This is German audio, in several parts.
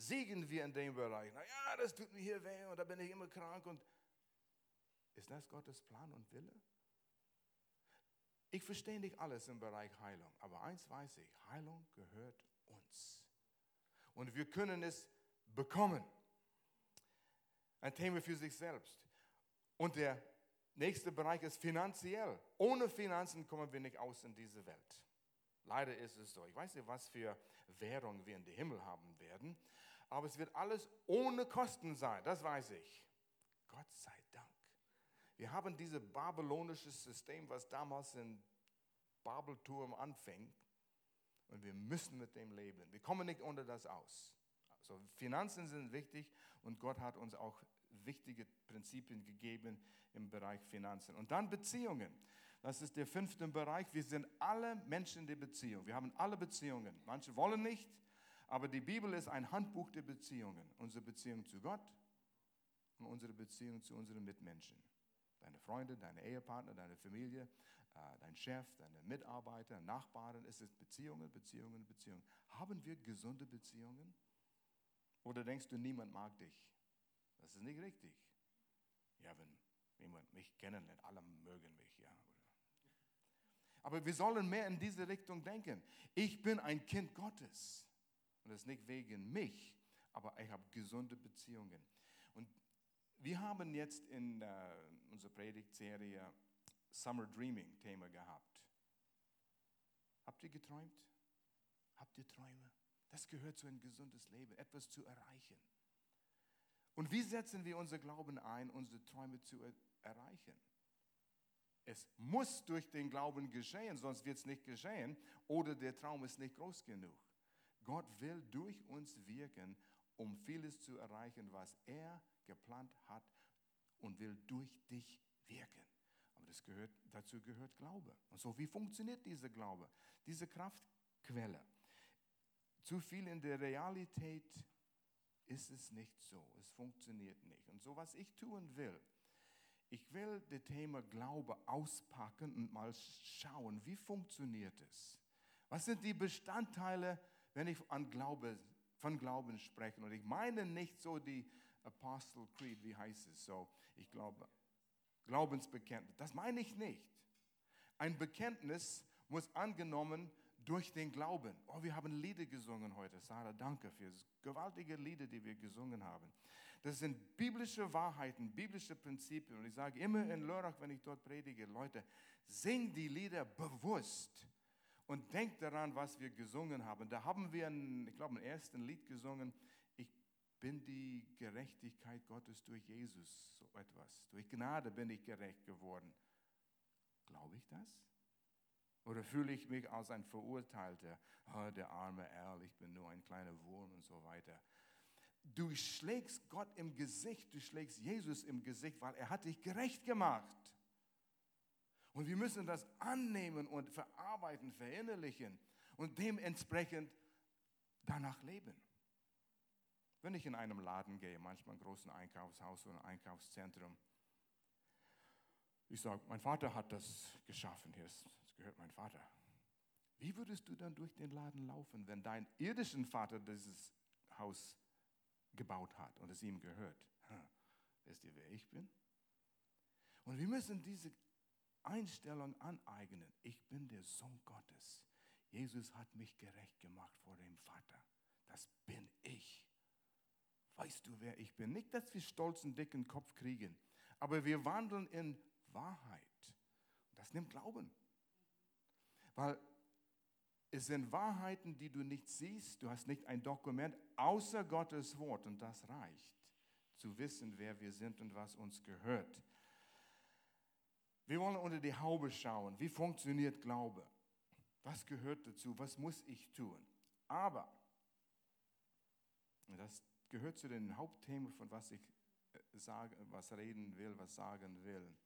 siegen wir in dem Bereich. Naja, das tut mir hier weh und da bin ich immer krank. Und ist das Gottes Plan und Wille? Ich verstehe nicht alles im Bereich Heilung, aber eins weiß ich, Heilung gehört uns. Und wir können es bekommen. Ein Thema für sich selbst. Und der nächste Bereich ist finanziell. Ohne Finanzen kommen wir nicht aus in diese Welt. Leider ist es so. Ich weiß nicht, was für Währung wir in den Himmel haben werden, aber es wird alles ohne Kosten sein, das weiß ich. Gott sei Dank. Wir haben dieses babylonische System, was damals in Babelturm anfing, und wir müssen mit dem leben. Wir kommen nicht ohne das aus. Also Finanzen sind wichtig und Gott hat uns auch wichtige Prinzipien gegeben im Bereich Finanzen. Und dann Beziehungen. Das ist der 5. Bereich. Wir sind alle Menschen in der Beziehung. Wir haben alle Beziehungen. Manche wollen nicht, aber die Bibel ist ein Handbuch der Beziehungen. Unsere Beziehung zu Gott und unsere Beziehung zu unseren Mitmenschen. Deine Freunde, deine Ehepartner, deine Familie, dein Chef, deine Mitarbeiter, Nachbarn. Es ist Beziehungen, Beziehungen, Beziehungen. Haben wir gesunde Beziehungen? Oder denkst du, niemand mag dich? Das ist nicht richtig. Ja, wenn jemand mich kennenlernt, alle mögen mich, ja. Aber wir sollen mehr in diese Richtung denken. Ich bin ein Kind Gottes. Und das ist nicht wegen mich, aber ich habe gesunde Beziehungen. Und wir haben jetzt in unserer Predigtserie Summer Dreaming Thema gehabt. Habt ihr geträumt? Habt ihr Träume? Das gehört zu einem gesundes Leben, etwas zu erreichen. Und wie setzen wir unser Glauben ein, unsere Träume zu erreichen? Es muss durch den Glauben geschehen, sonst wird es nicht geschehen oder der Traum ist nicht groß genug. Gott will durch uns wirken, um vieles zu erreichen, was er geplant hat und will durch dich wirken. Aber dazu gehört Glaube. Und so, wie funktioniert dieser Glaube? Diese Kraftquelle. Zu viel in der Realität ist es nicht so. Es funktioniert nicht. Und so, was ich tun will, ich will das Thema Glaube auspacken und mal schauen, wie funktioniert es? Was sind die Bestandteile, wenn ich von Glauben spreche? Und ich meine nicht so die Apostle Creed, wie heißt es so? Ich glaube, Glaubensbekenntnis. Das meine ich nicht. Ein Bekenntnis muss angenommen durch den Glauben. Oh, wir haben Lieder gesungen heute. Sarah, danke für das gewaltige Lieder, die wir gesungen haben. Das sind biblische Wahrheiten, biblische Prinzipien. Und ich sage immer in Lörrach, wenn ich dort predige, Leute, sing die Lieder bewusst und denkt daran, was wir gesungen haben. Da haben wir, ein ersten Lied gesungen. Ich bin die Gerechtigkeit Gottes durch Jesus, so etwas. Durch Gnade bin ich gerecht geworden. Glaube ich das? Oder fühle ich mich als ein Verurteilter? Oh, der arme Erl, ich bin nur ein kleiner Wurm und so weiter. Du schlägst Gott im Gesicht, du schlägst Jesus im Gesicht, weil er hat dich gerecht gemacht. Und wir müssen das annehmen und verarbeiten, verinnerlichen und dementsprechend danach leben. Wenn ich in einem Laden gehe, manchmal ein großes Einkaufshaus oder ein Einkaufszentrum, ich sage, mein Vater hat das geschaffen, das gehört meinem Vater. Wie würdest du dann durch den Laden laufen, wenn dein irdischen Vater dieses Haus gebaut hat und es ihm gehört? Wisst ihr, wer ich bin? Und wir müssen diese Einstellung aneignen. Ich bin der Sohn Gottes. Jesus hat mich gerecht gemacht vor dem Vater. Das bin ich. Weißt du, wer ich bin? Nicht, dass wir stolzen, dicken Kopf kriegen, aber wir wandeln in Wahrheit. Das nimmt Glauben. Weil es sind Wahrheiten, die du nicht siehst. Du hast nicht ein Dokument außer Gottes Wort und das reicht, zu wissen, wer wir sind und was uns gehört. Wir wollen unter die Haube schauen. Wie funktioniert Glaube? Was gehört dazu? Was muss ich tun? Aber, das gehört zu den Hauptthemen, von was ich reden will, was sagen will.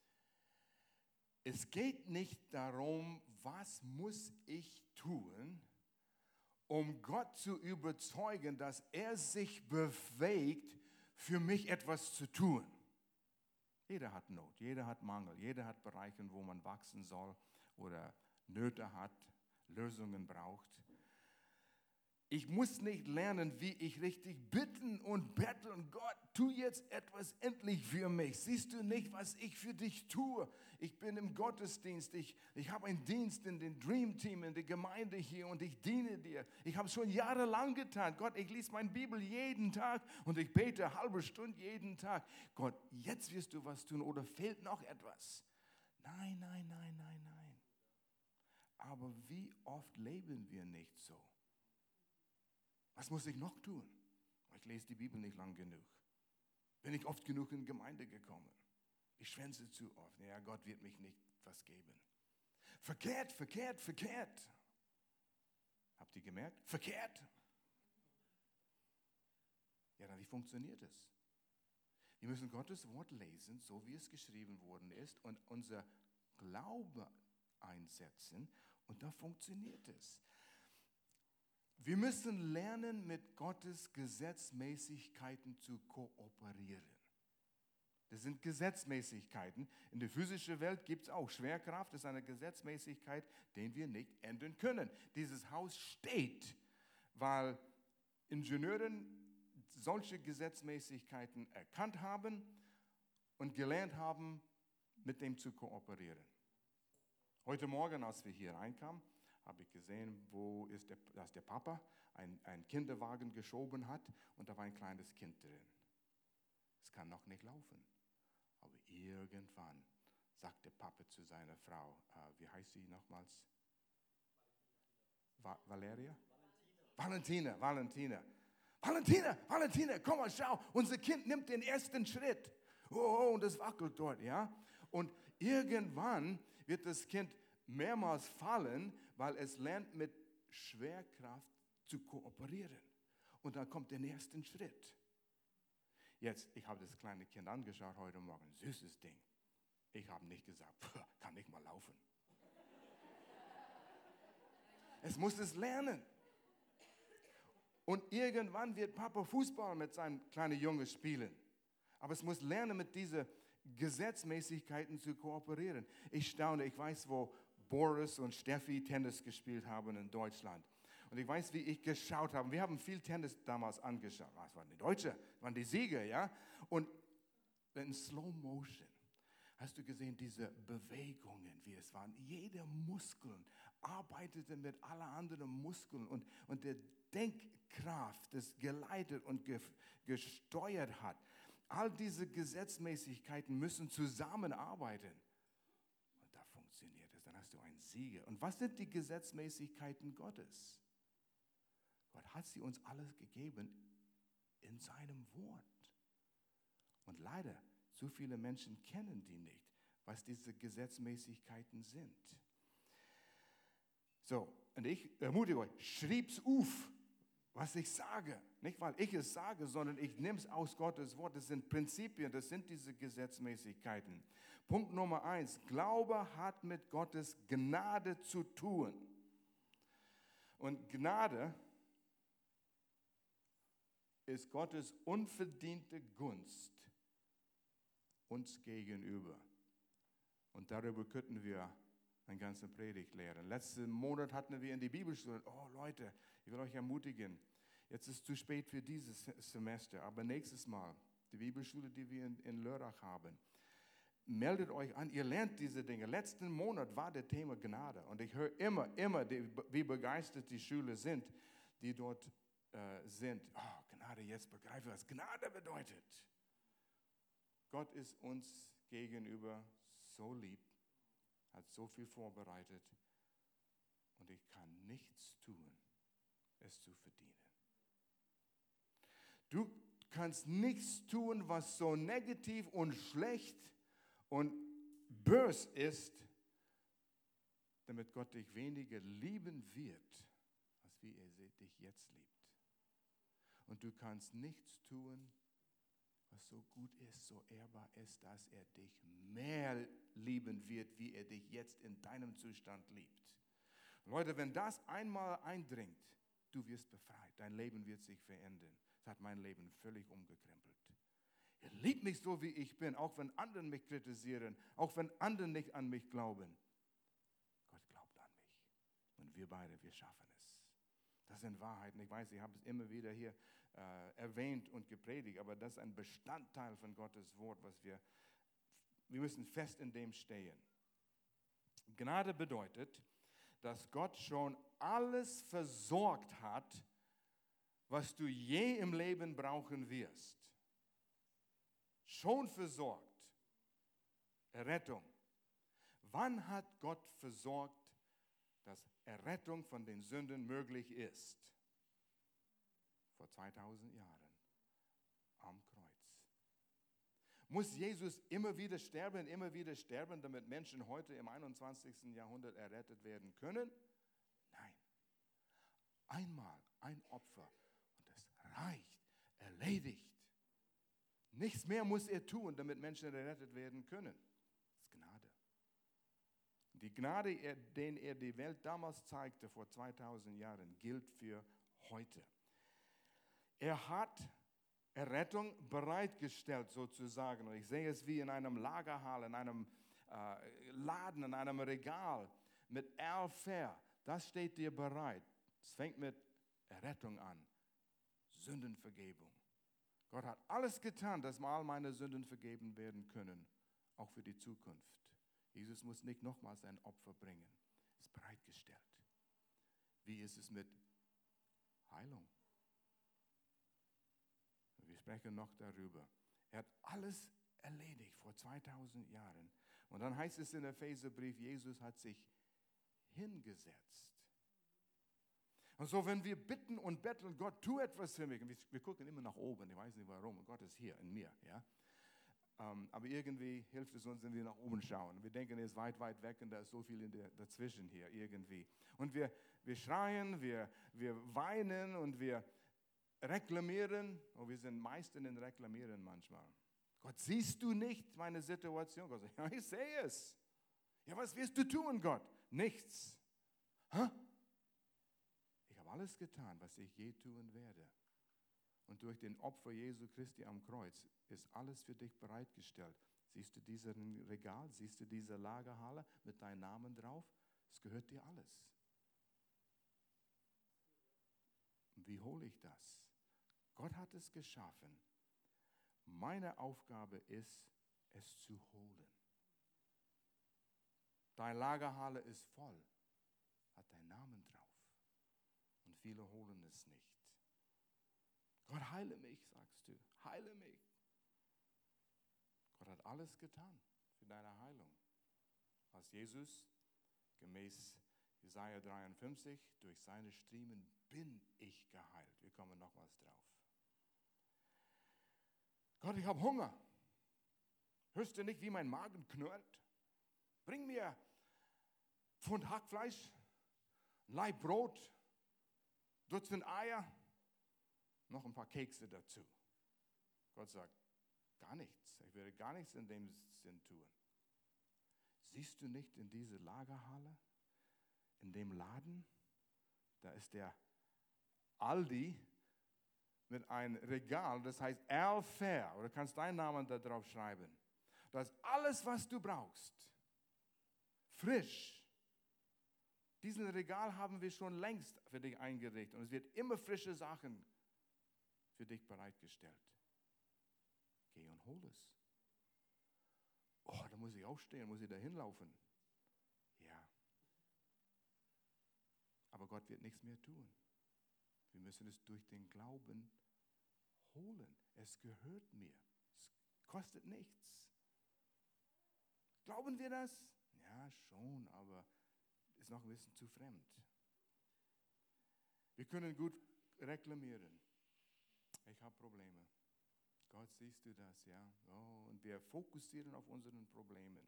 Es geht nicht darum, was muss ich tun, um Gott zu überzeugen, dass er sich bewegt, für mich etwas zu tun. Jeder hat Not, jeder hat Mangel, jeder hat Bereiche, wo man wachsen soll oder Nöte hat, Lösungen braucht. Ich muss nicht lernen, wie ich richtig bitten und betteln. Gott, tu jetzt etwas endlich für mich. Siehst du nicht, was ich für dich tue? Ich bin im Gottesdienst. Ich habe einen Dienst in dem Dream Team, in der Gemeinde hier und ich diene dir. Ich habe es schon jahrelang getan. Gott, ich lese meine Bibel jeden Tag und ich bete eine halbe Stunde jeden Tag. Gott, jetzt wirst du was tun oder fehlt noch etwas? Nein, nein, nein, nein, nein. Aber wie oft leben wir nicht so? Was muss ich noch tun? Ich lese die Bibel nicht lang genug. Bin ich oft genug in die Gemeinde gekommen? Ich schwänze zu oft. Ja, Gott wird mich nicht was geben. Verkehrt, verkehrt, verkehrt. Habt ihr gemerkt? Verkehrt. Ja, dann wie funktioniert es? Wir müssen Gottes Wort lesen, so wie es geschrieben worden ist, und unser Glaube einsetzen, und da funktioniert es. Wir müssen lernen, mit Gottes Gesetzmäßigkeiten zu kooperieren. Das sind Gesetzmäßigkeiten. In der physischen Welt gibt es auch Schwerkraft. Das ist eine Gesetzmäßigkeit, die wir nicht ändern können. Dieses Haus steht, weil Ingenieure solche Gesetzmäßigkeiten erkannt haben und gelernt haben, mit dem zu kooperieren. Heute Morgen, als wir hier reinkamen, habe ich gesehen, dass der Papa einen Kinderwagen geschoben hat und da war ein kleines Kind drin. Es kann noch nicht laufen. Aber irgendwann sagt der Papa zu seiner Frau, wie heißt sie nochmals? Valeria? Valentina. Valentina, komm mal, schau, unser Kind nimmt den ersten Schritt. Oh, und es wackelt dort, ja. Und irgendwann wird das Kind mehrmals fallen, weil es lernt, mit Schwerkraft zu kooperieren. Und dann kommt der nächste Schritt. Jetzt, ich habe das kleine Kind angeschaut heute Morgen, süßes Ding. Ich habe nicht gesagt, kann nicht mal laufen. Es muss es lernen. Und irgendwann wird Papa Fußball mit seinem kleinen Junge spielen. Aber es muss lernen, mit diesen Gesetzmäßigkeiten zu kooperieren. Ich staune, ich weiß, wo Boris und Steffi Tennis gespielt haben in Deutschland. Und ich weiß, wie ich geschaut habe. Wir haben viel Tennis damals angeschaut. Das waren die Deutschen, das waren die Sieger, ja. Und in Slow Motion hast du gesehen, diese Bewegungen, wie es waren. Jeder Muskel arbeitete mit allen anderen Muskeln und der Denkkraft, das geleitet und gesteuert hat. All diese Gesetzmäßigkeiten müssen zusammenarbeiten. Und da funktioniert es. Dann hast du einen Sieger. Und was sind die Gesetzmäßigkeiten Gottes? Gott hat sie uns alles gegeben in seinem Wort. Und leider, so viele Menschen kennen die nicht, was diese Gesetzmäßigkeiten sind. So, und ich ermutige euch, schrieb's auf, was ich sage. Nicht, weil ich es sage, sondern ich nehme es aus Gottes Wort. Das sind Prinzipien, das sind diese Gesetzmäßigkeiten. Punkt Nummer 1, Glaube hat mit Gottes Gnade zu tun. Und Gnade ist Gottes unverdiente Gunst uns gegenüber. Und darüber könnten wir eine ganze Predigt lehren. Letzten Monat hatten wir in die Bibelschule, oh Leute, ich will euch ermutigen, jetzt ist es zu spät für dieses Semester, aber nächstes Mal, die Bibelschule, die wir in Lörrach haben, meldet euch an, ihr lernt diese Dinge. Letzten Monat war das Thema Gnade und ich höre immer, wie begeistert die Schüler sind, die dort sind. Oh, Gnade, jetzt begreife ich, was Gnade bedeutet. Gott ist uns gegenüber so lieb, hat so viel vorbereitet und ich kann nichts tun, es zu verdienen. Du kannst nichts tun, was so negativ und schlecht und bös ist, damit Gott dich weniger lieben wird, als wie er dich jetzt liebt. Und du kannst nichts tun, was so gut ist, so ehrbar ist, dass er dich mehr lieben wird, wie er dich jetzt in deinem Zustand liebt. Leute, wenn das einmal eindringt, du wirst befreit, dein Leben wird sich verändern. Das hat mein Leben völlig umgekrempelt. Er liebt mich so, wie ich bin, auch wenn andere mich kritisieren, auch wenn andere nicht an mich glauben. Gott glaubt an mich. Und wir beide, wir schaffen es. Das sind Wahrheiten. Ich weiß, ich habe es immer wieder hier erwähnt und gepredigt, aber das ist ein Bestandteil von Gottes Wort, was wir müssen fest in dem stehen. Gnade bedeutet, dass Gott schon alles versorgt hat, was du je im Leben brauchen wirst. Schon versorgt. Errettung. Wann hat Gott versorgt, dass Errettung von den Sünden möglich ist? Vor 2000 Jahren am Kreuz. Muss Jesus immer wieder sterben, damit Menschen heute im 21. Jahrhundert errettet werden können? Nein. Einmal ein Opfer und es reicht, erledigt. Nichts mehr muss er tun, damit Menschen errettet werden können. Das ist Gnade. Die Gnade, den er die Welt damals zeigte, vor 2000 Jahren, gilt für heute. Er hat Errettung bereitgestellt sozusagen. Und ich sehe es wie in einem Lagerhall, in einem Laden, in einem Regal mit Fair. Das steht dir bereit. Es fängt mit Errettung an. Sündenvergebung. Gott hat alles getan, dass mal meine Sünden vergeben werden können, auch für die Zukunft. Jesus muss nicht nochmals ein Opfer bringen. Es ist bereitgestellt. Wie ist es mit Heilung? Wir sprechen noch darüber. Er hat alles erledigt vor 2000 Jahren. Und dann heißt es in der Epheserbrief, Jesus hat sich hingesetzt. Und so, wenn wir bitten und betteln, Gott, tu etwas für mich. Und wir gucken immer nach oben, ich weiß nicht warum. Und Gott ist hier in mir. Ja? Aber irgendwie hilft es uns, wenn wir nach oben schauen. Wir denken, er ist weit, weit weg und da ist so viel dazwischen hier irgendwie. Und wir schreien, wir weinen und wir reklamieren. Und wir sind meist in den Reklamieren manchmal. Gott, siehst du nicht meine Situation? Gott sagt, ja, ich sehe es. Ja, was wirst du tun, Gott? Nichts. Hä? Ich habe alles getan, was ich je tun werde. Und durch den Opfer Jesu Christi am Kreuz ist alles für dich bereitgestellt. Siehst du dieses Regal, siehst du diese Lagerhalle mit deinem Namen drauf? Es gehört dir alles. Wie hole ich das? Gott hat es geschaffen. Meine Aufgabe ist, es zu holen. Deine Lagerhalle ist voll, hat deinen Namen drauf. Und viele holen es nicht. Gott, heile mich, sagst du. Heile mich. Gott hat alles getan für deine Heilung. Als Jesus gemäß Jesaja 53, durch seine Striemen bin ich geheilt. Wir kommen nochmals drauf. Gott, ich habe Hunger. Hörst du nicht, wie mein Magen knurrt? Bring mir Pfund Hackfleisch, Laib Brot, Dutzend Eier, noch ein paar Kekse dazu. Gott sagt, gar nichts. Ich werde gar nichts in dem Sinn tun. Siehst du nicht in diese Lagerhalle, in dem Laden? Da ist der Aldi mit einem Regal, das heißt Fair, oder du kannst deinen Namen da drauf schreiben. Das ist alles, was du brauchst. Frisch. Diesen Regal haben wir schon längst für dich eingerichtet und es wird immer frische Sachen für dich bereitgestellt. Geh und hol es. Oh, da muss ich aufstehen, muss ich da hinlaufen. Ja. Aber Gott wird nichts mehr tun. Wir müssen es durch den Glauben holen. Es gehört mir. Es kostet nichts. Glauben wir das? Ja, schon, aber ist noch ein bisschen zu fremd. Wir können gut reklamieren. Ich habe Probleme. Gott, siehst du das, ja? Oh, und wir fokussieren auf unseren Problemen.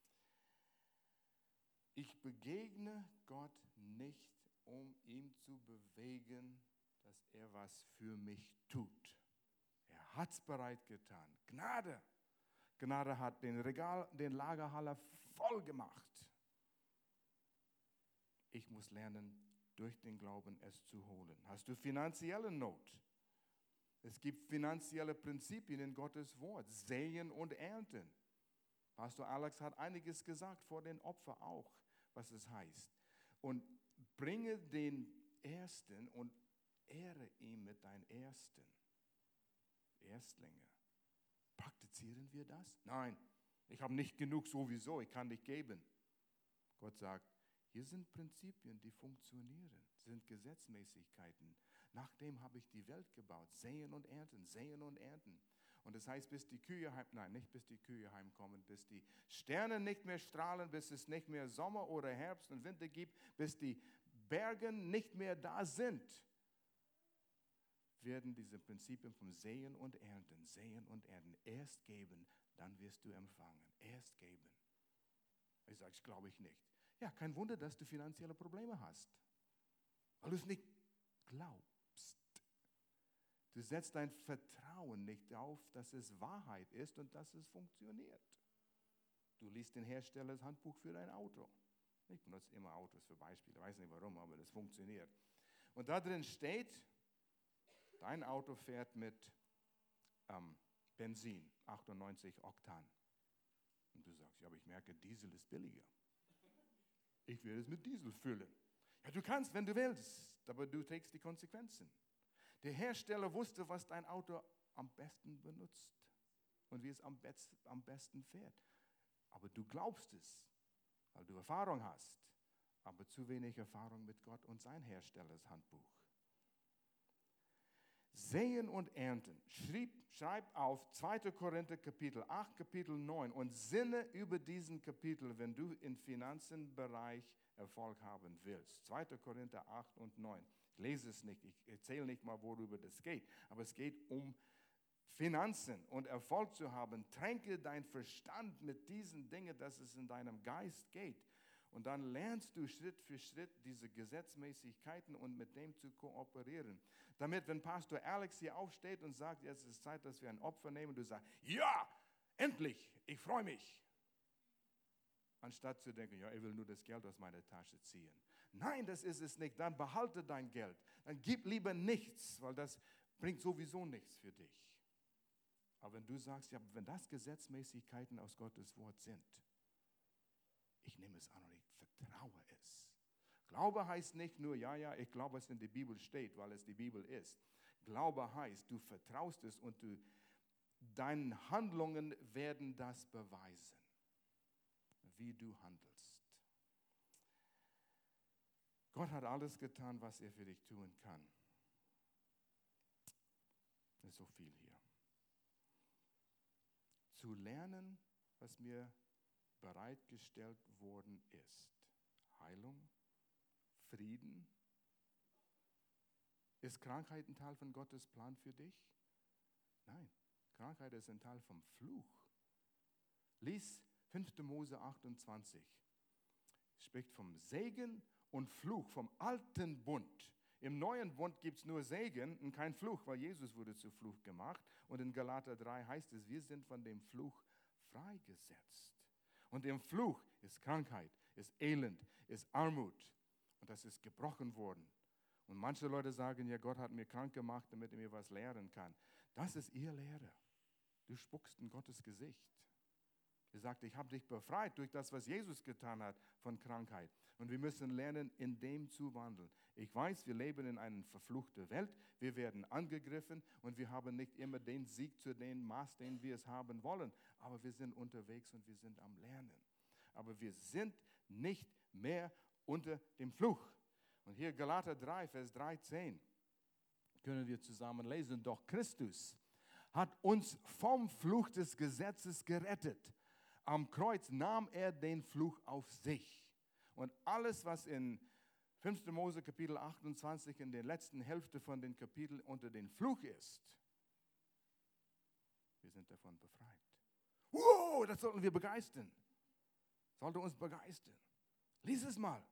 Ich begegne Gott nicht, um ihn zu bewegen, dass er was für mich tut. Er hat es bereit getan. Gnade. Gnade hat den Lagerhalle voll gemacht. Ich muss lernen, durch den Glauben es zu holen. Hast du finanzielle Not? Es gibt finanzielle Prinzipien in Gottes Wort. Säen und ernten. Pastor Alex hat einiges gesagt vor den Opfern auch, was es heißt. Und bringe den Ersten und ehre ihn mit deinen Ersten. Erstlinge. Praktizieren wir das? Nein, ich habe nicht genug sowieso, ich kann nicht geben. Gott sagt, hier sind Prinzipien, die funktionieren, sind Gesetzmäßigkeiten. Nachdem habe ich die Welt gebaut, säen und ernten, säen und ernten. Und das heißt, bis die Kühe nicht bis die Kühe heimkommen, bis die Sterne nicht mehr strahlen, bis es nicht mehr Sommer oder Herbst und Winter gibt, bis die Berge nicht mehr da sind, werden diese Prinzipien vom Säen und Ernten, erst geben, dann wirst du empfangen. Erst geben. Ich sage, das glaube ich nicht. Ja, kein Wunder, dass du finanzielle Probleme hast, weil du es nicht glaubst. Du setzt dein Vertrauen nicht auf, dass es Wahrheit ist und dass es funktioniert. Du liest den Herstellershandbuch für dein Auto. Ich benutze immer Autos für Beispiele, ich weiß nicht warum, aber das funktioniert. Und da drin steht, dein Auto fährt mit Benzin, 98 Oktan. Und du sagst, ja, aber ich merke, Diesel ist billiger. Ich werde es mit Diesel füllen. Ja, du kannst, wenn du willst, aber du trägst die Konsequenzen. Der Hersteller wusste, was dein Auto am besten benutzt und wie es am besten fährt. Aber du glaubst es, weil du Erfahrung hast, aber zu wenig Erfahrung mit Gott und sein Herstellershandbuch. Säen und Ernten. Schreib auf 2. Korinther Kapitel 8, Kapitel 9 und sinne über diesen Kapitel, wenn du im Finanzenbereich Erfolg haben willst. 2. Korinther 8 und 9. Ich lese es nicht, ich erzähle nicht mal, worüber das geht, aber es geht um Finanzen und Erfolg zu haben. Tränke deinen Verstand mit diesen Dingen, dass es in deinem Geist geht. Und dann lernst du Schritt für Schritt diese Gesetzmäßigkeiten und mit dem zu kooperieren. Damit, wenn Pastor Alex hier aufsteht und sagt, jetzt ist Zeit, dass wir ein Opfer nehmen, du sagst, ja, endlich, ich freue mich. Anstatt zu denken, ja, er will nur das Geld aus meiner Tasche ziehen. Nein, das ist es nicht. Dann behalte dein Geld. Dann gib lieber nichts, weil das bringt sowieso nichts für dich. Aber wenn du sagst, ja, wenn das Gesetzmäßigkeiten aus Gottes Wort sind, ich nehme es an und ich vertraue es. Glaube heißt nicht nur, ja, ich glaube, was in der Bibel steht, weil es die Bibel ist. Glaube heißt, du vertraust es und deine Handlungen werden das beweisen, wie du handelst. Gott hat alles getan, was er für dich tun kann. Das ist so viel hier. Zu lernen, was mir bereitgestellt worden ist. Heilung, Frieden. Ist Krankheit ein Teil von Gottes Plan für dich? Nein, Krankheit ist ein Teil vom Fluch. Lies 5. Mose 28. Es spricht vom Segen und Fluch, vom alten Bund. Im neuen Bund gibt es nur Segen und kein Fluch, weil Jesus wurde zu Fluch gemacht. Und in Galater 3 heißt es, wir sind von dem Fluch freigesetzt. Und im Fluch ist Krankheit, ist Elend, ist Armut. Und das ist gebrochen worden. Und manche Leute sagen, ja, Gott hat mir krank gemacht, damit er mir was lehren kann. Das ist ihr Lehre. Du spuckst in Gottes Gesicht. Er sagt, ich habe dich befreit durch das, was Jesus getan hat von Krankheit. Und wir müssen lernen, in dem zu wandeln. Ich weiß, wir leben in einer verfluchten Welt. Wir werden angegriffen und wir haben nicht immer den Sieg zu dem Maß, den wir es haben wollen. Aber wir sind unterwegs und wir sind am Lernen. Aber wir sind nicht mehr unter dem Fluch. Und hier Galater 3, Vers 13 können wir zusammen lesen. Doch Christus hat uns vom Fluch des Gesetzes gerettet. Am Kreuz nahm er den Fluch auf sich. Und alles, was in 5. Mose Kapitel 28 in der letzten Hälfte von den Kapiteln unter den Fluch ist, wir sind davon befreit. Wow, das sollten wir begeistern. Sollte uns begeistern. Lies es mal.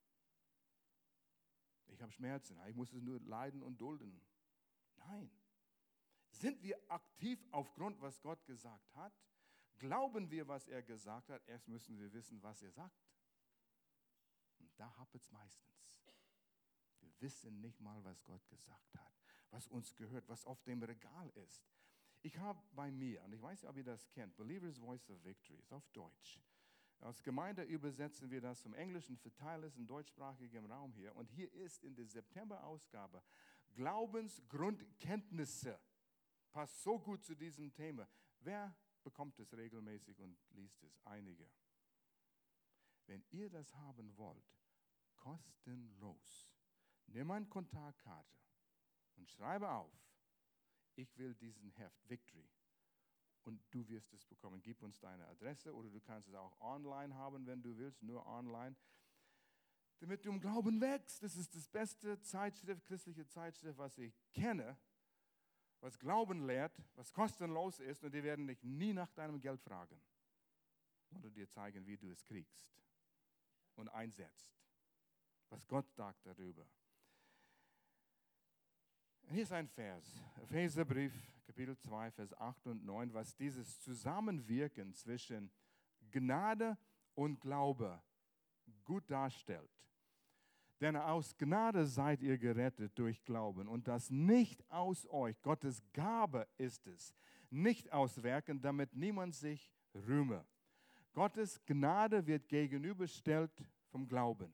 Ich habe Schmerzen, ich muss es nur leiden und dulden. Nein. Sind wir aktiv aufgrund, was Gott gesagt hat? Glauben wir, was er gesagt hat? Erst müssen wir wissen, was er sagt. Und da hapert es meistens. Wir wissen nicht mal, was Gott gesagt hat, was uns gehört, was auf dem Regal ist. Ich habe bei mir, und ich weiß nicht, ob ihr das kennt, Believer's Voice of Victory, ist auf Deutsch. Als Gemeinde übersetzen wir das zum Englischen, verteilen es in deutschsprachigem Raum hier. Und hier ist in der September-Ausgabe Glaubensgrundkenntnisse. Passt so gut zu diesem Thema. Wer bekommt es regelmäßig und liest es? Einige. Wenn ihr das haben wollt, kostenlos, nimm eine Kontaktkarte und schreibe auf, ich will diesen Heft, Victory. Und du wirst es bekommen. Gib uns deine Adresse oder du kannst es auch online haben, wenn du willst, nur online. Damit du im Glauben wächst. Das ist das beste Zeitschrift, christliche Zeitschrift, was ich kenne, was Glauben lehrt, was kostenlos ist und die werden dich nie nach deinem Geld fragen. Oder dir zeigen, wie du es kriegst und einsetzt. Was Gott sagt darüber. Hier ist ein Vers, Epheserbrief, Kapitel 2, Vers 8 und 9, was dieses Zusammenwirken zwischen Gnade und Glaube gut darstellt. Denn aus Gnade seid ihr gerettet durch Glauben und das nicht aus euch, Gottes Gabe ist es, nicht aus Werken, damit niemand sich rühme. Gottes Gnade wird gegenübergestellt vom Glauben.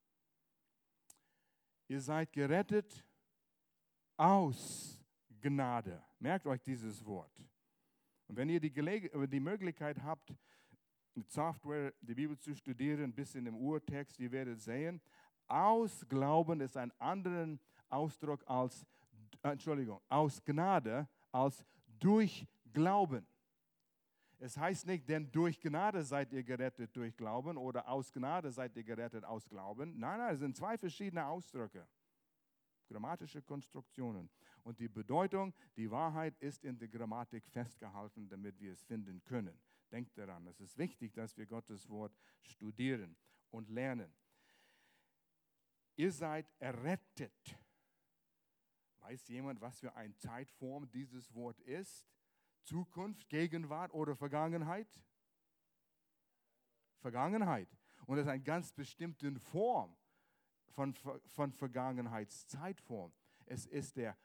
Ihr seid gerettet aus Gnade. Merkt euch dieses Wort. Und wenn ihr die Möglichkeit habt, mit Software die Bibel zu studieren, ein bisschen im Urtext, ihr werdet sehen, aus Glauben ist ein anderer Ausdruck als, aus Gnade als durch Glauben. Es heißt nicht, denn durch Gnade seid ihr gerettet durch Glauben oder aus Gnade seid ihr gerettet aus Glauben. Nein, es sind zwei verschiedene Ausdrücke. Grammatische Konstruktionen. Und die Bedeutung, die Wahrheit ist in der Grammatik festgehalten, damit wir es finden können. Denkt daran, es ist wichtig, dass wir Gottes Wort studieren und lernen. Ihr seid errettet. Weiß jemand, was für eine Zeitform dieses Wort ist? Zukunft, Gegenwart oder Vergangenheit? Vergangenheit. Und es ist eine ganz bestimmte Form von Vergangenheitszeitform. Es ist der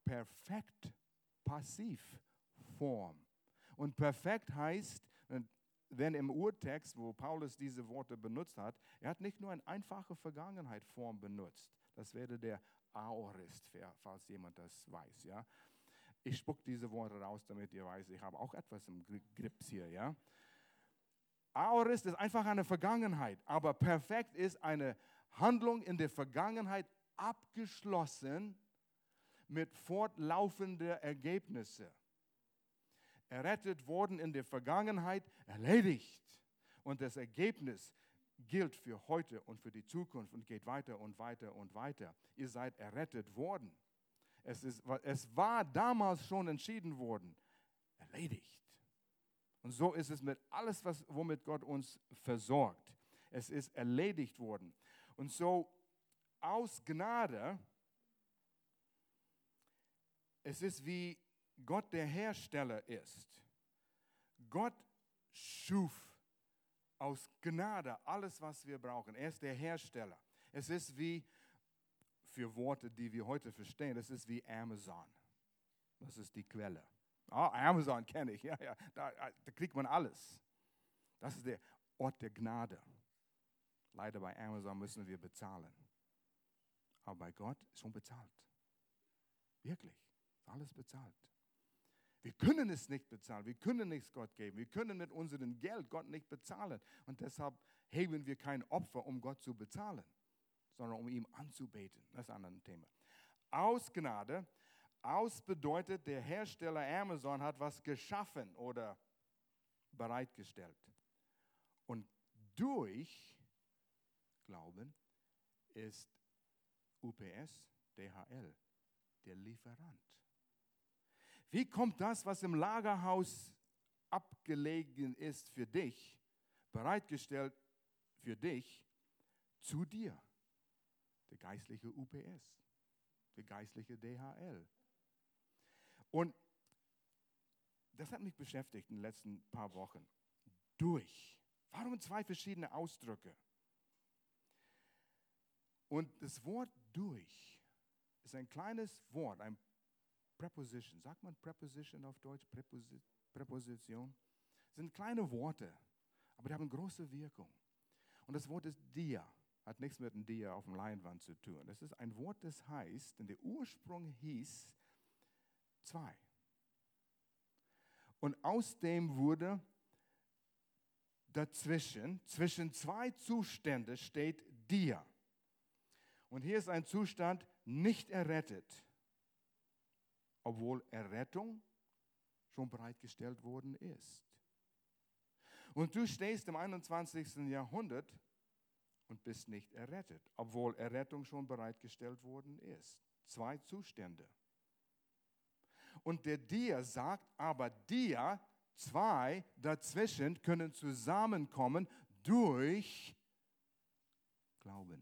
Perfekt-Passivform. Und perfekt heißt, wenn im Urtext, wo Paulus diese Worte benutzt hat, er hat nicht nur eine einfache Vergangenheitsform benutzt. Das wäre der Aorist, falls jemand das weiß. Ja? Ich spucke diese Worte raus, damit ihr weißt, ich habe auch etwas im Grips hier. Ja? Aorist ist einfach eine Vergangenheit, aber perfekt ist eine Handlung in der Vergangenheit abgeschlossen mit fortlaufenden Ergebnissen. Errettet worden in der Vergangenheit, erledigt. Und das Ergebnis gilt für heute und für die Zukunft und geht weiter und weiter und weiter. Ihr seid errettet worden. Es war damals schon entschieden worden, erledigt. Und so ist es mit alles, womit Gott uns versorgt. Es ist erledigt worden. Und so aus Gnade, es ist wie Gott der Hersteller ist. Gott schuf aus Gnade alles, was wir brauchen. Er ist der Hersteller. Es ist wie, für Worte, die wir heute verstehen, es ist wie Amazon. Das ist die Quelle. Amazon kenne ich, ja, da kriegt man alles. Das ist der Ort der Gnade. Leider bei Amazon müssen wir bezahlen. Aber bei Gott ist schon bezahlt. Wirklich, alles bezahlt. Wir können es nicht bezahlen, wir können nichts Gott geben, wir können mit unserem Geld Gott nicht bezahlen. Und deshalb heben wir kein Opfer, um Gott zu bezahlen, sondern um ihm anzubeten. Das ist ein anderes Thema. Aus Gnade, aus bedeutet, der Hersteller Amazon hat was geschaffen oder bereitgestellt. Und durch Glauben ist UPS, DHL, der Lieferant. Wie kommt das, was im Lagerhaus abgelegen ist für dich, bereitgestellt für dich, zu dir? Der geistliche UPS, der geistliche DHL. Und das hat mich beschäftigt in den letzten paar Wochen. Durch. Warum zwei verschiedene Ausdrücke? Und das Wort durch ist ein kleines Wort, ein Präposition. Sagt man Präposition auf Deutsch? Präposition? Das sind kleine Worte. Aber die haben große Wirkung. Und das Wort ist Dia. Hat nichts mit dem Dia auf dem Leinwand zu tun. Das ist ein Wort, das heißt, denn der Ursprung hieß zwei. Und aus dem wurde dazwischen, zwischen zwei Zustände steht Dia. Und hier ist ein Zustand nicht errettet, obwohl Errettung schon bereitgestellt worden ist. Und du stehst im 21. Jahrhundert und bist nicht errettet, obwohl Errettung schon bereitgestellt worden ist. Zwei Zustände. Und der Dia sagt, aber Dia, zwei dazwischen können zusammenkommen durch Glauben.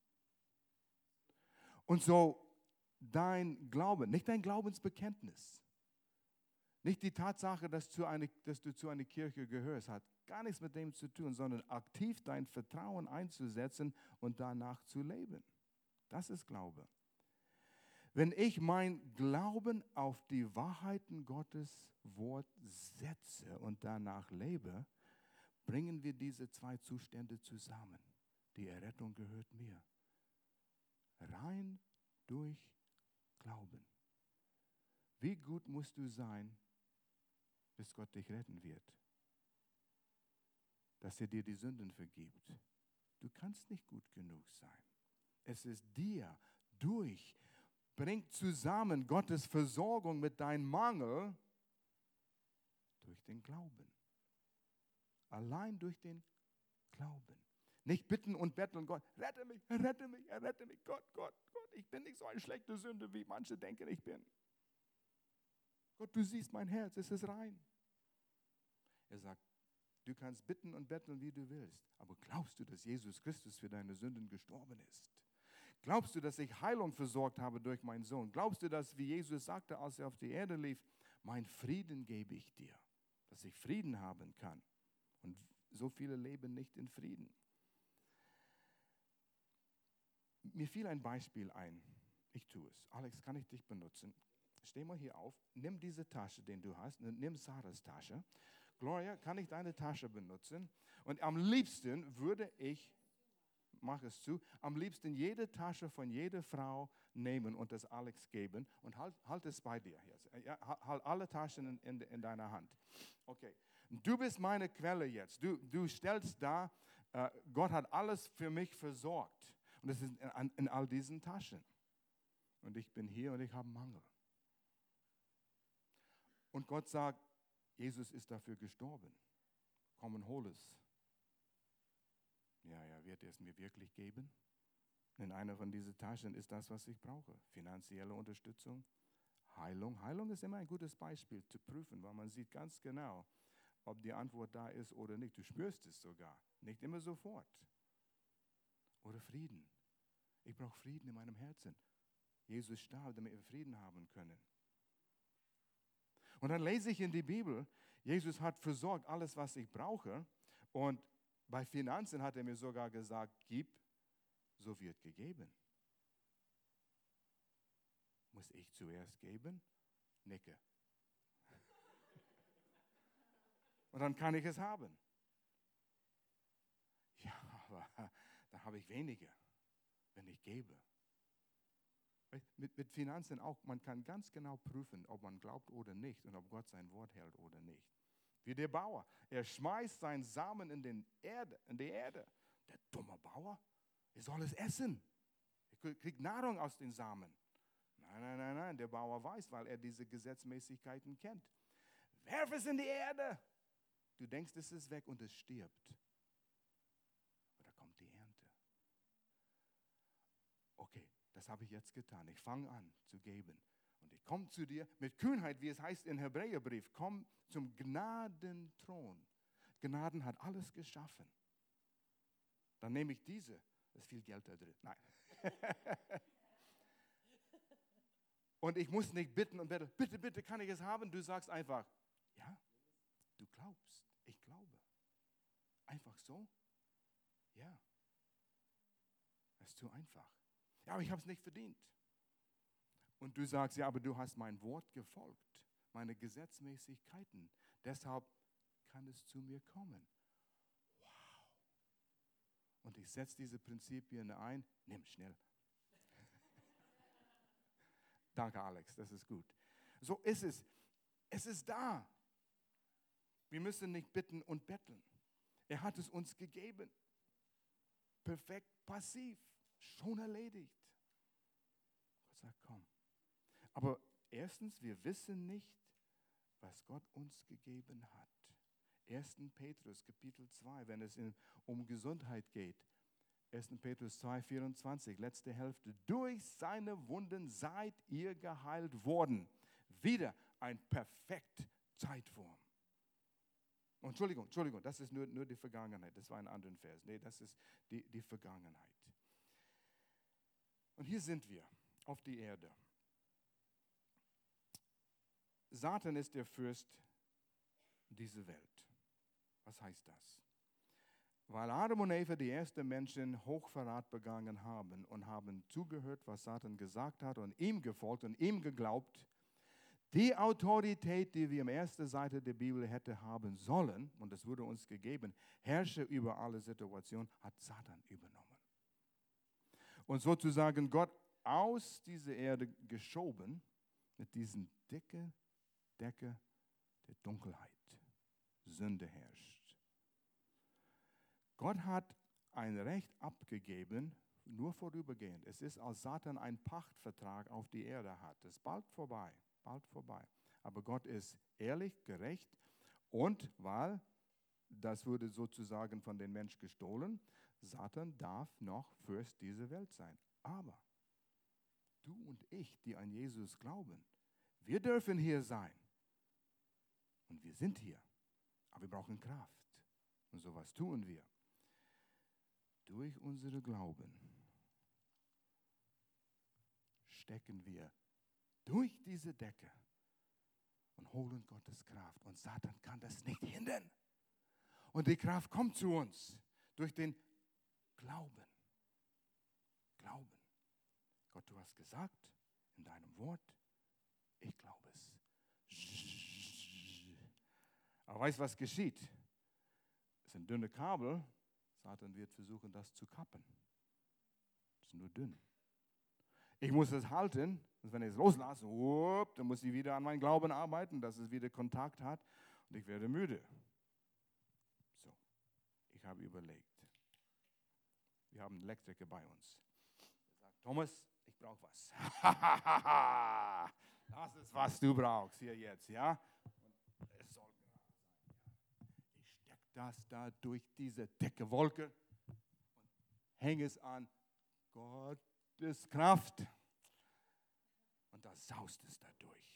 Und so dein Glaube, nicht dein Glaubensbekenntnis, nicht die Tatsache, dass du zu einer Kirche gehörst, hat gar nichts mit dem zu tun, sondern aktiv dein Vertrauen einzusetzen und danach zu leben. Das ist Glaube. Wenn ich mein Glauben auf die Wahrheiten Gottes Wort setze und danach lebe, bringen wir diese zwei Zustände zusammen. Die Errettung gehört mir. Rein durch Glauben. Wie gut musst du sein, bis Gott dich retten wird? Dass er dir die Sünden vergibt. Du kannst nicht gut genug sein. Es ist dir durch, bringt zusammen Gottes Versorgung mit deinem Mangel durch den Glauben. Allein durch den Glauben. Nicht bitten und betteln, Gott, rette mich, rette mich, rette mich, Gott, Gott, Gott, ich bin nicht so eine schlechte Sünde, wie manche denken, ich bin. Gott, du siehst mein Herz, es ist rein. Er sagt, du kannst bitten und betteln, wie du willst, aber glaubst du, dass Jesus Christus für deine Sünden gestorben ist? Glaubst du, dass ich Heilung versorgt habe durch meinen Sohn? Glaubst du, dass, wie Jesus sagte, als er auf die Erde lief, mein Frieden gebe ich dir, dass ich Frieden haben kann? Und so viele leben nicht in Frieden. Mir fiel ein Beispiel ein. Ich tue es. Alex, kann ich dich benutzen? Steh mal hier auf. Nimm diese Tasche, den du hast. Nimm Sarahs Tasche. Gloria, kann ich deine Tasche benutzen? Und am liebsten würde ich, mach es zu, am liebsten jede Tasche von jeder Frau nehmen und das Alex geben und halt es bei dir. Ja, halt alle Taschen in deiner Hand. Okay. Du bist meine Quelle jetzt. Du stellst da, Gott hat alles für mich versorgt. Und das ist in all diesen Taschen. Und ich bin hier und ich habe Mangel. Und Gott sagt, Jesus ist dafür gestorben. Komm und hol es. Ja, wird er es mir wirklich geben? In einer von diesen Taschen ist das, was ich brauche. Finanzielle Unterstützung, Heilung. Heilung ist immer ein gutes Beispiel zu prüfen, weil man sieht ganz genau, ob die Antwort da ist oder nicht. Du spürst es sogar, nicht immer sofort. Oder Frieden. Ich brauche Frieden in meinem Herzen. Jesus starb, damit wir Frieden haben können. Und dann lese ich in die Bibel, Jesus hat versorgt alles, was ich brauche. Und bei Finanzen hat er mir sogar gesagt, gib, so wird gegeben. Muss ich zuerst geben? Nicke. Und dann kann ich es haben. Ja, aber dann habe ich weniger, wenn ich gebe. Mit Finanzen auch, man kann ganz genau prüfen, ob man glaubt oder nicht und ob Gott sein Wort hält oder nicht. Wie der Bauer, er schmeißt seinen Samen in die Erde. Der dumme Bauer, er soll es essen. Er kriegt Nahrung aus den Samen. Nein, der Bauer weiß, weil er diese Gesetzmäßigkeiten kennt. Werf es in die Erde. Du denkst, es ist weg und es stirbt. Aber da kommt die Ernte. Okay, das habe ich jetzt getan. Ich fange an zu geben. Und ich komme zu dir mit Kühnheit, wie es heißt im Hebräerbrief. Komm zum Gnadenthron. Gnaden hat alles geschaffen. Dann nehme ich diese. Da ist viel Geld da drin. Nein. Und ich muss nicht bitten und betteln. Bitte, bitte, kann ich es haben? Du sagst einfach, ja, du glaubst. Ich glaube. Einfach so? Ja. Das ist zu einfach. Ja, aber ich habe es nicht verdient. Und du sagst, ja, aber du hast mein Wort gefolgt, meine Gesetzmäßigkeiten. Deshalb kann es zu mir kommen. und ich setze diese Prinzipien ein. Nimm schnell. Danke, Alex, das ist gut. So ist es. Es ist da. Wir müssen nicht bitten und betteln. Er hat es uns gegeben. Perfekt, passiv, schon erledigt. Gott sagt, komm. Aber erstens, wir wissen nicht, was Gott uns gegeben hat. 1. Petrus, Kapitel 2, wenn es um Gesundheit geht. 1. Petrus 2, 24, letzte Hälfte. Durch seine Wunden seid ihr geheilt worden. Wieder ein perfekt Zeitform. Entschuldigung, das ist nur die Vergangenheit. Das war ein anderer Vers. Nee, das ist die Vergangenheit. Und hier sind wir auf die Erde. Satan ist der Fürst dieser Welt. Was heißt das? Weil Adam und Eva, die ersten Menschen, Hochverrat begangen haben und haben zugehört, was Satan gesagt hat und ihm gefolgt und ihm geglaubt, die Autorität, die wir am ersten Seite der Bibel hätte haben sollen, und das wurde uns gegeben, herrsche über alle Situationen, hat Satan übernommen. Und sozusagen Gott aus dieser Erde geschoben mit diesen dicken Decke der Dunkelheit. Sünde herrscht. Gott hat ein Recht abgegeben, nur vorübergehend. Es ist, als Satan einen Pachtvertrag auf die Erde hat. Es ist bald vorbei. Aber Gott ist ehrlich, gerecht und weil, das wurde sozusagen von den Menschen gestohlen, Satan darf noch Fürst dieser Welt sein. Aber du und ich, die an Jesus glauben, wir dürfen hier sein. Und wir sind hier. Aber wir brauchen Kraft. Und sowas tun wir. Durch unsere Glauben stecken wir durch diese Decke und holen Gottes Kraft. Und Satan kann das nicht hindern. Und die Kraft kommt zu uns durch den Glauben. Glauben. Gott, du hast gesagt in deinem Wort, ich glaube es. Aber weißt du, was geschieht? Es sind dünne Kabel. Satan wird versuchen, das zu kappen. Es ist nur dünn. Ich muss es halten. Und wenn ich es loslasse, dann muss ich wieder an meinen Glauben arbeiten, dass es wieder Kontakt hat. Und ich werde müde. So, ich habe überlegt. Wir haben einen Elektriker bei uns. Er sagt, Thomas, ich brauche was. Das ist, was du brauchst hier jetzt, ja? Und es soll gerade sein. Ich stecke das da durch diese dicke Wolke und hänge es an Gottes Kraft. Und da saust es dadurch.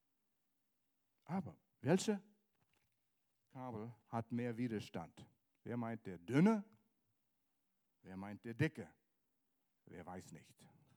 Aber welche Kabel hat mehr Widerstand? Wer meint der dünne? Wer meint der dicke? Wer weiß nicht.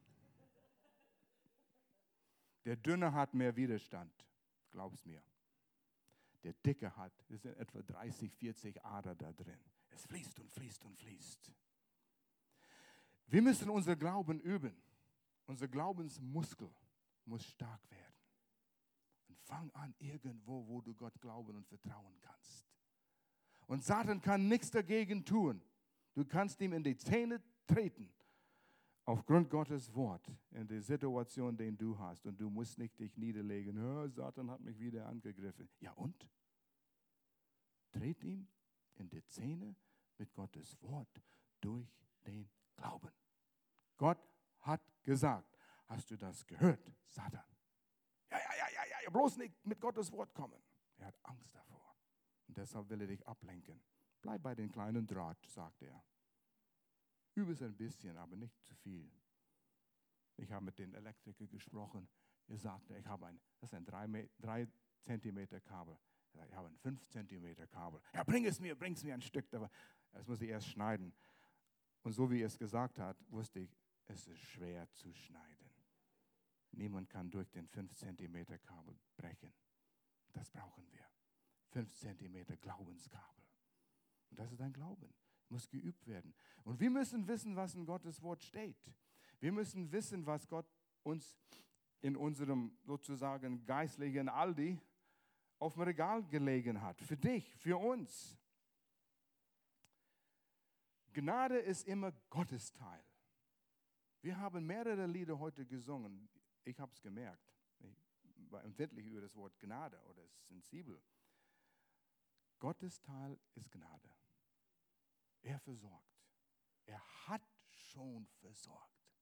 Der dünne hat mehr Widerstand, glaub's mir. Der dicke hat, es sind etwa 30, 40 Ader da drin. Es fließt und fließt und fließt. Wir müssen unser Glauben üben. Unser Glaubensmuskel muss stark werden. Und fang an irgendwo, wo du Gott glauben und vertrauen kannst. Und Satan kann nichts dagegen tun. Du kannst ihm in die Zähne treten. Aufgrund Gottes Wort in der Situation, die du hast. Und du musst nicht dich niederlegen. Oh, Satan hat mich wieder angegriffen. Ja und? Tritt ihm in die Zähne mit Gottes Wort durch den Glauben. Gott hat gesagt. Hast du das gehört, Satan? Ja, bloß nicht mit Gottes Wort kommen. Er hat Angst davor. Und deshalb will er dich ablenken. Bleib bei den kleinen Draht, sagt er. Übe es ein bisschen, aber nicht zu viel. Ich habe mit den Elektrikern gesprochen. Er sagte, das ist ein 3 Zentimeter Kabel. Ich habe ein 5 Zentimeter Kabel. Ja, bring es mir ein Stück. Aber das muss ich erst schneiden. Und so wie er es gesagt hat, wusste ich, es ist schwer zu schneiden. Niemand kann durch den 5 Zentimeter Kabel brechen. Das brauchen wir. 5 Zentimeter Glaubenskabel. Und das ist ein Glauben. Muss geübt werden. Und wir müssen wissen, was in Gottes Wort steht. Wir müssen wissen, was Gott uns in unserem sozusagen geistlichen Aldi auf dem Regal gelegen hat. Für dich, für uns. Gnade ist immer Gottes Teil. Wir haben mehrere Lieder heute gesungen. Ich habe es gemerkt. Ich war empfindlich über das Wort Gnade oder sensibel. Gottes Teil ist Gnade. Er versorgt. Er hat schon versorgt.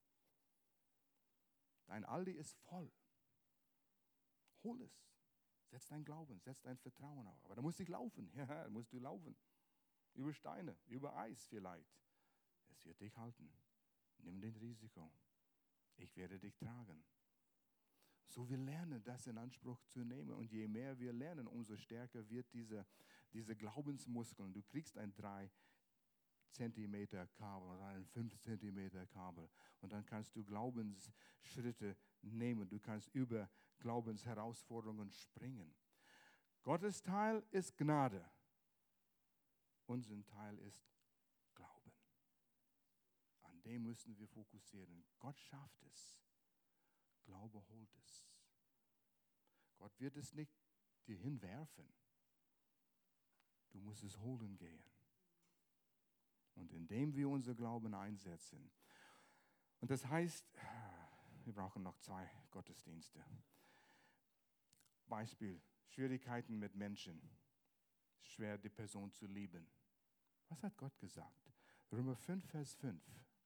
Dein Aldi ist voll. Hol es. Setz dein Glauben, setz dein Vertrauen auf. Aber da musst du laufen. Ja, da musst du laufen. Über Steine, über Eis vielleicht. Es wird dich halten. Nimm den Risiko. Ich werde dich tragen. So wir lernen, das in Anspruch zu nehmen. Und je mehr wir lernen, umso stärker wird diese Glaubensmuskeln. Du kriegst ein 3 Zentimeter Kabel oder ein 5 Zentimeter Kabel. Und dann kannst du Glaubensschritte nehmen. Du kannst über Glaubensherausforderungen springen. Gottes Teil ist Gnade. Unser Teil ist Glauben. An dem müssen wir fokussieren. Gott schafft es. Glaube holt es. Gott wird es nicht dir hinwerfen. Du musst es holen gehen. Und indem wir unser Glauben einsetzen. Und das heißt, wir brauchen noch 2 Gottesdienste. Beispiel, Schwierigkeiten mit Menschen. Schwer, die Person zu lieben. Was hat Gott gesagt? Römer 5, Vers 5.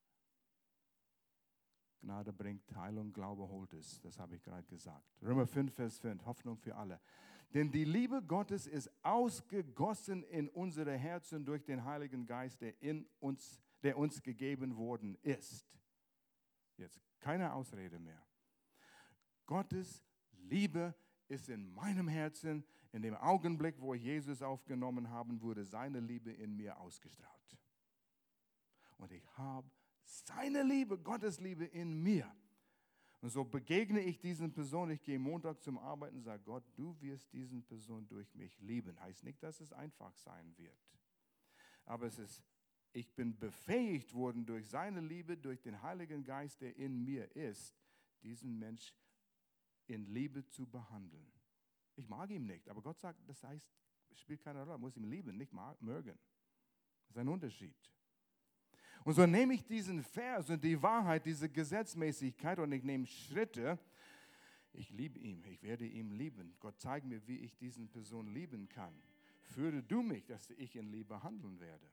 Gnade bringt Heilung, Glaube holt es. Das habe ich gerade gesagt. Römer 5, Vers 5, Hoffnung für alle. Denn die Liebe Gottes ist ausgegossen in unsere Herzen durch den Heiligen Geist, der uns gegeben worden ist. Jetzt keine Ausrede mehr. Gottes Liebe ist in meinem Herzen. In dem Augenblick, wo ich Jesus aufgenommen habe, wurde seine Liebe in mir ausgestrahlt. Und ich habe seine Liebe, Gottes Liebe in mir. Und so begegne ich diesen Personen. Ich gehe Montag zum Arbeiten und sage, Gott, du wirst diesen Person durch mich lieben. Heißt nicht, dass es einfach sein wird. Aber es ist, ich bin befähigt worden durch seine Liebe, durch den Heiligen Geist, der in mir ist, diesen Mensch in Liebe zu behandeln. Ich mag ihn nicht, aber Gott sagt, das heißt, es spielt keine Rolle, muss ihn lieben, nicht mögen. Das ist ein Unterschied. Und so nehme ich diesen Vers und die Wahrheit, diese Gesetzmäßigkeit und ich nehme Schritte. Ich liebe ihn, ich werde ihn lieben. Gott zeigt mir, wie ich diesen Person lieben kann. Führe du mich, dass ich in Liebe handeln werde.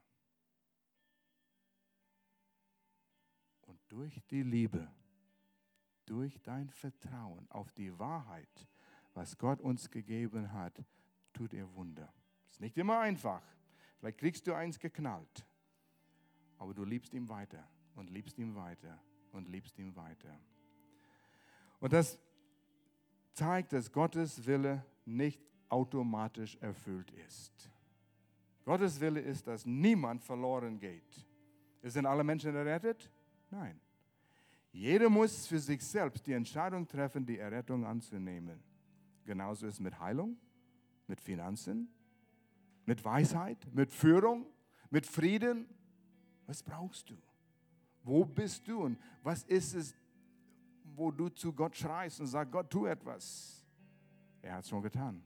Und durch die Liebe, durch dein Vertrauen auf die Wahrheit, was Gott uns gegeben hat, tut er Wunder. Ist nicht immer einfach. Vielleicht kriegst du eins geknallt. Aber du liebst ihn weiter und liebst ihn weiter und liebst ihn weiter. Und das zeigt, dass Gottes Wille nicht automatisch erfüllt ist. Gottes Wille ist, dass niemand verloren geht. Sind alle Menschen errettet? Nein. Jeder muss für sich selbst die Entscheidung treffen, die Errettung anzunehmen. Genauso ist es mit Heilung, mit Finanzen, mit Weisheit, mit Führung, mit Frieden. Was brauchst du? Wo bist du? Und was ist es, wo du zu Gott schreist und sagst, Gott, tu etwas? Er hat es schon getan.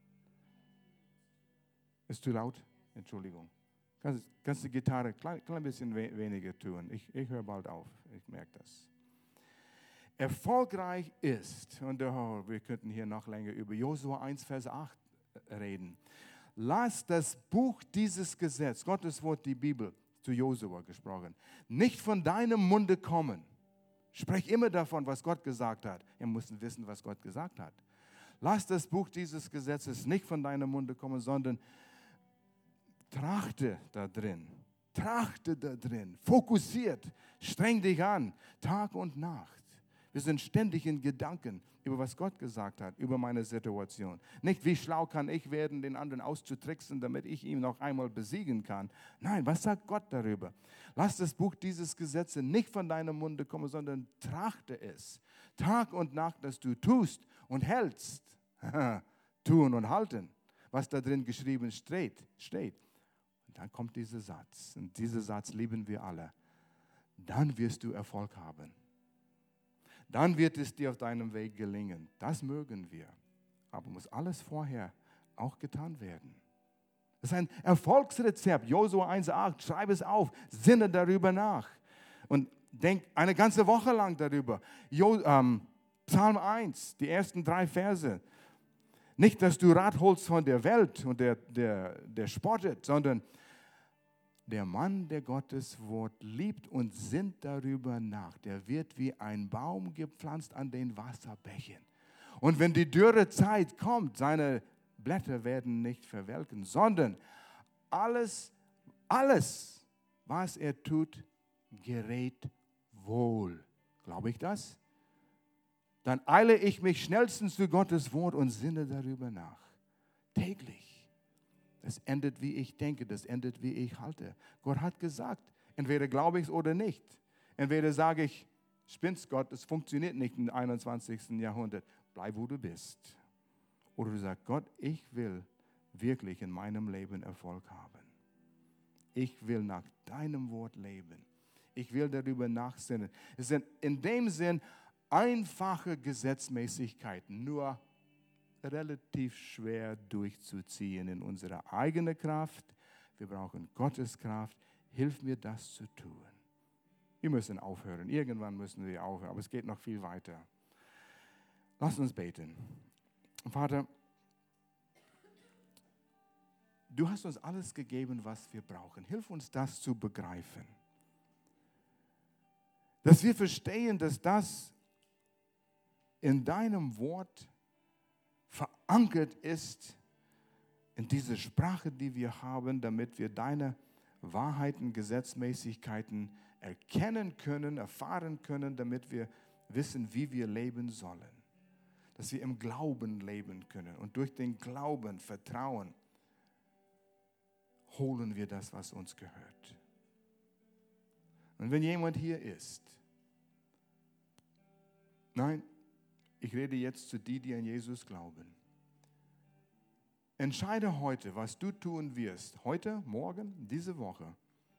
Ist zu laut? Entschuldigung. Kannst die Gitarre klein bisschen weniger tun? Ich höre bald auf. Ich merke das. Erfolgreich ist, und wir könnten hier noch länger über Josua 1, Vers 8 reden. Lass das Buch dieses Gesetzes, Gottes Wort, die Bibel, zu Josua gesprochen, nicht von deinem Munde kommen. Sprech immer davon, was Gott gesagt hat. Ihr müsst wissen, was Gott gesagt hat. Lass das Buch dieses Gesetzes nicht von deinem Munde kommen, sondern trachte da drin. Trachte da drin. Fokussiert. Streng dich an. Tag und Nacht. Wir sind ständig in Gedanken über was Gott gesagt hat, über meine Situation. Nicht, wie schlau kann ich werden, den anderen auszutricksen, damit ich ihn noch einmal besiegen kann. Nein, was sagt Gott darüber? Lass das Buch dieses Gesetzes nicht von deinem Munde kommen, sondern trachte es. Tag und Nacht, dass du tust und hältst. Tun und halten, was da drin geschrieben steht. Und dann kommt dieser Satz. Und diesen Satz lieben wir alle. Dann wirst du Erfolg haben. Dann wird es dir auf deinem Weg gelingen. Das mögen wir. Aber muss alles vorher auch getan werden. Das ist ein Erfolgsrezept. Josua 1,8, schreib es auf, sinne darüber nach. Und denk eine ganze Woche lang darüber. Psalm 1, die ersten 3 Verse. Nicht, dass du Rat holst von der Welt und der spottet, sondern der Mann, der Gottes Wort liebt und sinnt darüber nach, der wird wie ein Baum gepflanzt an den Wasserbächen. Und wenn die Dürrezeit kommt, seine Blätter werden nicht verwelken, sondern alles, was er tut, gerät wohl. Glaube ich das? Dann eile ich mich schnellstens zu Gottes Wort und sinne darüber nach. Täglich. Das endet, wie ich denke, das endet, wie ich halte. Gott hat gesagt, entweder glaube ich es oder nicht. Entweder sage ich, spinnst Gott, es funktioniert nicht im 21. Jahrhundert. Bleib, wo du bist. Oder du sagst, Gott, ich will wirklich in meinem Leben Erfolg haben. Ich will nach deinem Wort leben. Ich will darüber nachsinnen. Es sind in dem Sinn einfache Gesetzmäßigkeiten, nur relativ schwer durchzuziehen in unserer eigenen Kraft. Wir brauchen Gottes Kraft. Hilf mir, das zu tun. Wir müssen aufhören. Irgendwann müssen wir aufhören, aber es geht noch viel weiter. Lass uns beten. Vater, du hast uns alles gegeben, was wir brauchen. Hilf uns, das zu begreifen. Dass wir verstehen, dass das in deinem Wort verankert ist, in diese Sprache, die wir haben, damit wir deine Wahrheiten, Gesetzmäßigkeiten erkennen können, erfahren können, damit wir wissen, wie wir leben sollen. Dass wir im Glauben leben können. Und durch den Glauben, Vertrauen, holen wir das, was uns gehört. Und wenn jemand hier ist, nein, ich rede jetzt zu denen, die an Jesus glauben. Entscheide heute, was du tun wirst, heute, morgen, diese Woche,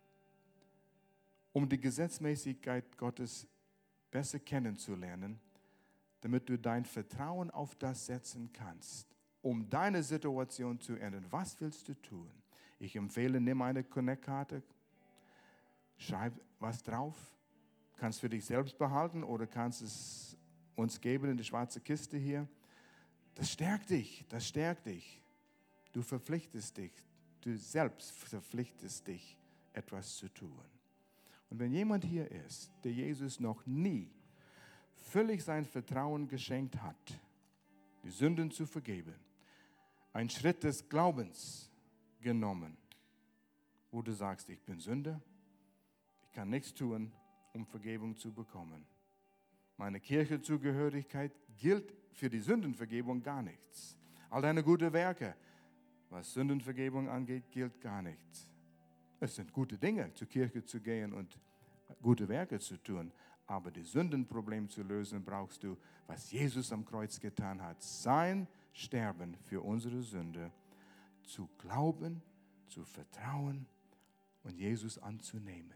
um die Gesetzmäßigkeit Gottes besser kennenzulernen, damit du dein Vertrauen auf das setzen kannst, um deine Situation zu ändern. Was willst du tun? Ich empfehle, nimm eine Connect-Karte, schreib was drauf, kannst für dich selbst behalten oder kannst es uns geben in die schwarze Kiste hier. Das stärkt dich, das stärkt dich. Du verpflichtest dich, du selbst verpflichtest dich, etwas zu tun. Und wenn jemand hier ist, der Jesus noch nie völlig sein Vertrauen geschenkt hat, die Sünden zu vergeben, einen Schritt des Glaubens genommen, wo du sagst, ich bin Sünder, ich kann nichts tun, um Vergebung zu bekommen. Meine Kirchenzugehörigkeit gilt für die Sündenvergebung gar nichts. All deine guten Werke, was Sündenvergebung angeht, gilt gar nichts. Es sind gute Dinge, zur Kirche zu gehen und gute Werke zu tun. Aber das Sündenproblem zu lösen, brauchst du, was Jesus am Kreuz getan hat. Sein Sterben für unsere Sünde. Zu glauben, zu vertrauen und Jesus anzunehmen.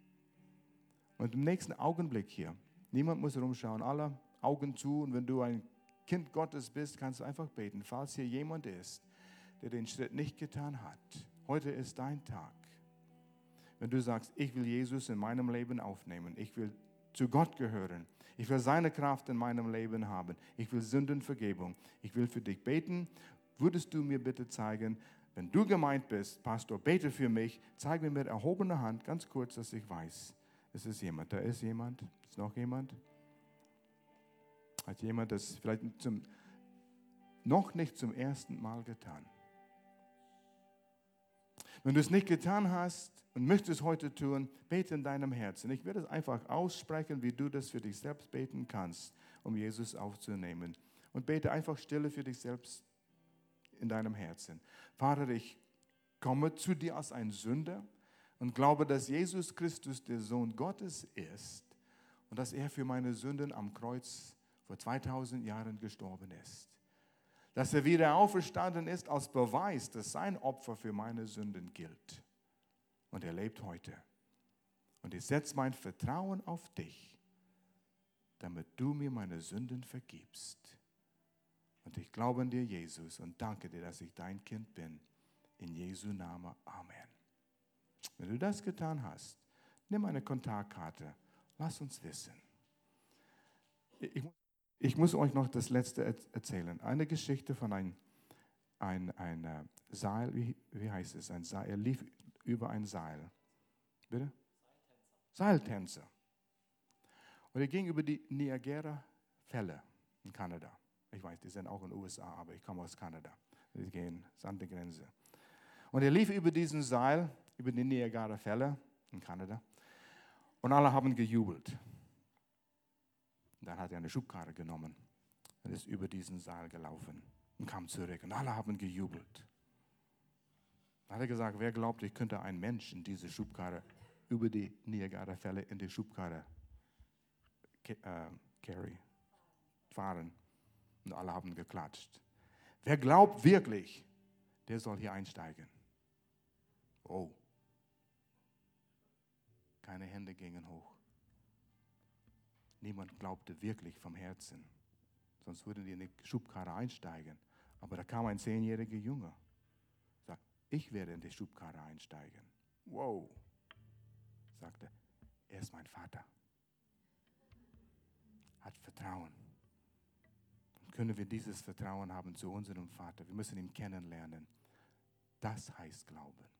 Und im nächsten Augenblick hier, niemand muss rumschauen, alle Augen zu. Und wenn du ein Kind Gottes bist, kannst du einfach beten. Falls hier jemand ist, der den Schritt nicht getan hat, heute ist dein Tag. Wenn du sagst, ich will Jesus in meinem Leben aufnehmen, ich will zu Gott gehören, ich will seine Kraft in meinem Leben haben, ich will Sündenvergebung, ich will für dich beten, würdest du mir bitte zeigen, wenn du gemeint bist, Pastor, bete für mich, zeig mir mit erhobener Hand, ganz kurz, dass ich weiß, es ist jemand, da ist jemand, ist noch jemand? Hat jemand das vielleicht noch nicht zum ersten Mal getan? Wenn du es nicht getan hast und möchtest heute tun, bete in deinem Herzen. Ich werde es einfach aussprechen, wie du das für dich selbst beten kannst, um Jesus aufzunehmen. Und bete einfach stille für dich selbst in deinem Herzen. Vater, ich komme zu dir als ein Sünder und glaube, dass Jesus Christus der Sohn Gottes ist und dass er für meine Sünden am Kreuz vor 2000 Jahren gestorben ist. Dass er wieder auferstanden ist als Beweis, dass sein Opfer für meine Sünden gilt. Und er lebt heute. Und ich setze mein Vertrauen auf dich, damit du mir meine Sünden vergibst. Und ich glaube an dir, Jesus, und danke dir, dass ich dein Kind bin. In Jesu Namen. Amen. Wenn du das getan hast, nimm eine Kontaktkarte. Lass uns wissen. Ich muss euch noch das Letzte erzählen. Eine Geschichte von ein Seil, wie heißt es? Ein Seil, er lief über ein Seil. Bitte? Seiltänzer. Und er ging über die Niagara-Fälle in Kanada. Ich weiß, die sind auch in den USA, aber ich komme aus Kanada. Die gehen an die Grenze. Und er lief über diesen Seil, über die Niagara-Fälle in Kanada. Und alle haben gejubelt. Und dann hat er eine Schubkarre genommen und ist über diesen Seil gelaufen und kam zurück. Und alle haben gejubelt. Dann hat er gesagt, wer glaubt, ich könnte einen Mensch in diese Schubkarre über die Niagara-Fälle in die Schubkarre fahren. Und alle haben geklatscht. Wer glaubt wirklich, der soll hier einsteigen. Oh. Keine Hände gingen hoch. Niemand glaubte wirklich vom Herzen. Sonst würden die in die Schubkarre einsteigen. Aber da kam ein 10-jähriger Junge. Sagt, ich werde in die Schubkarre einsteigen. Wow. Sagte, er ist mein Vater. Hat Vertrauen. Und können wir dieses Vertrauen haben zu unserem Vater? Wir müssen ihn kennenlernen. Das heißt Glauben.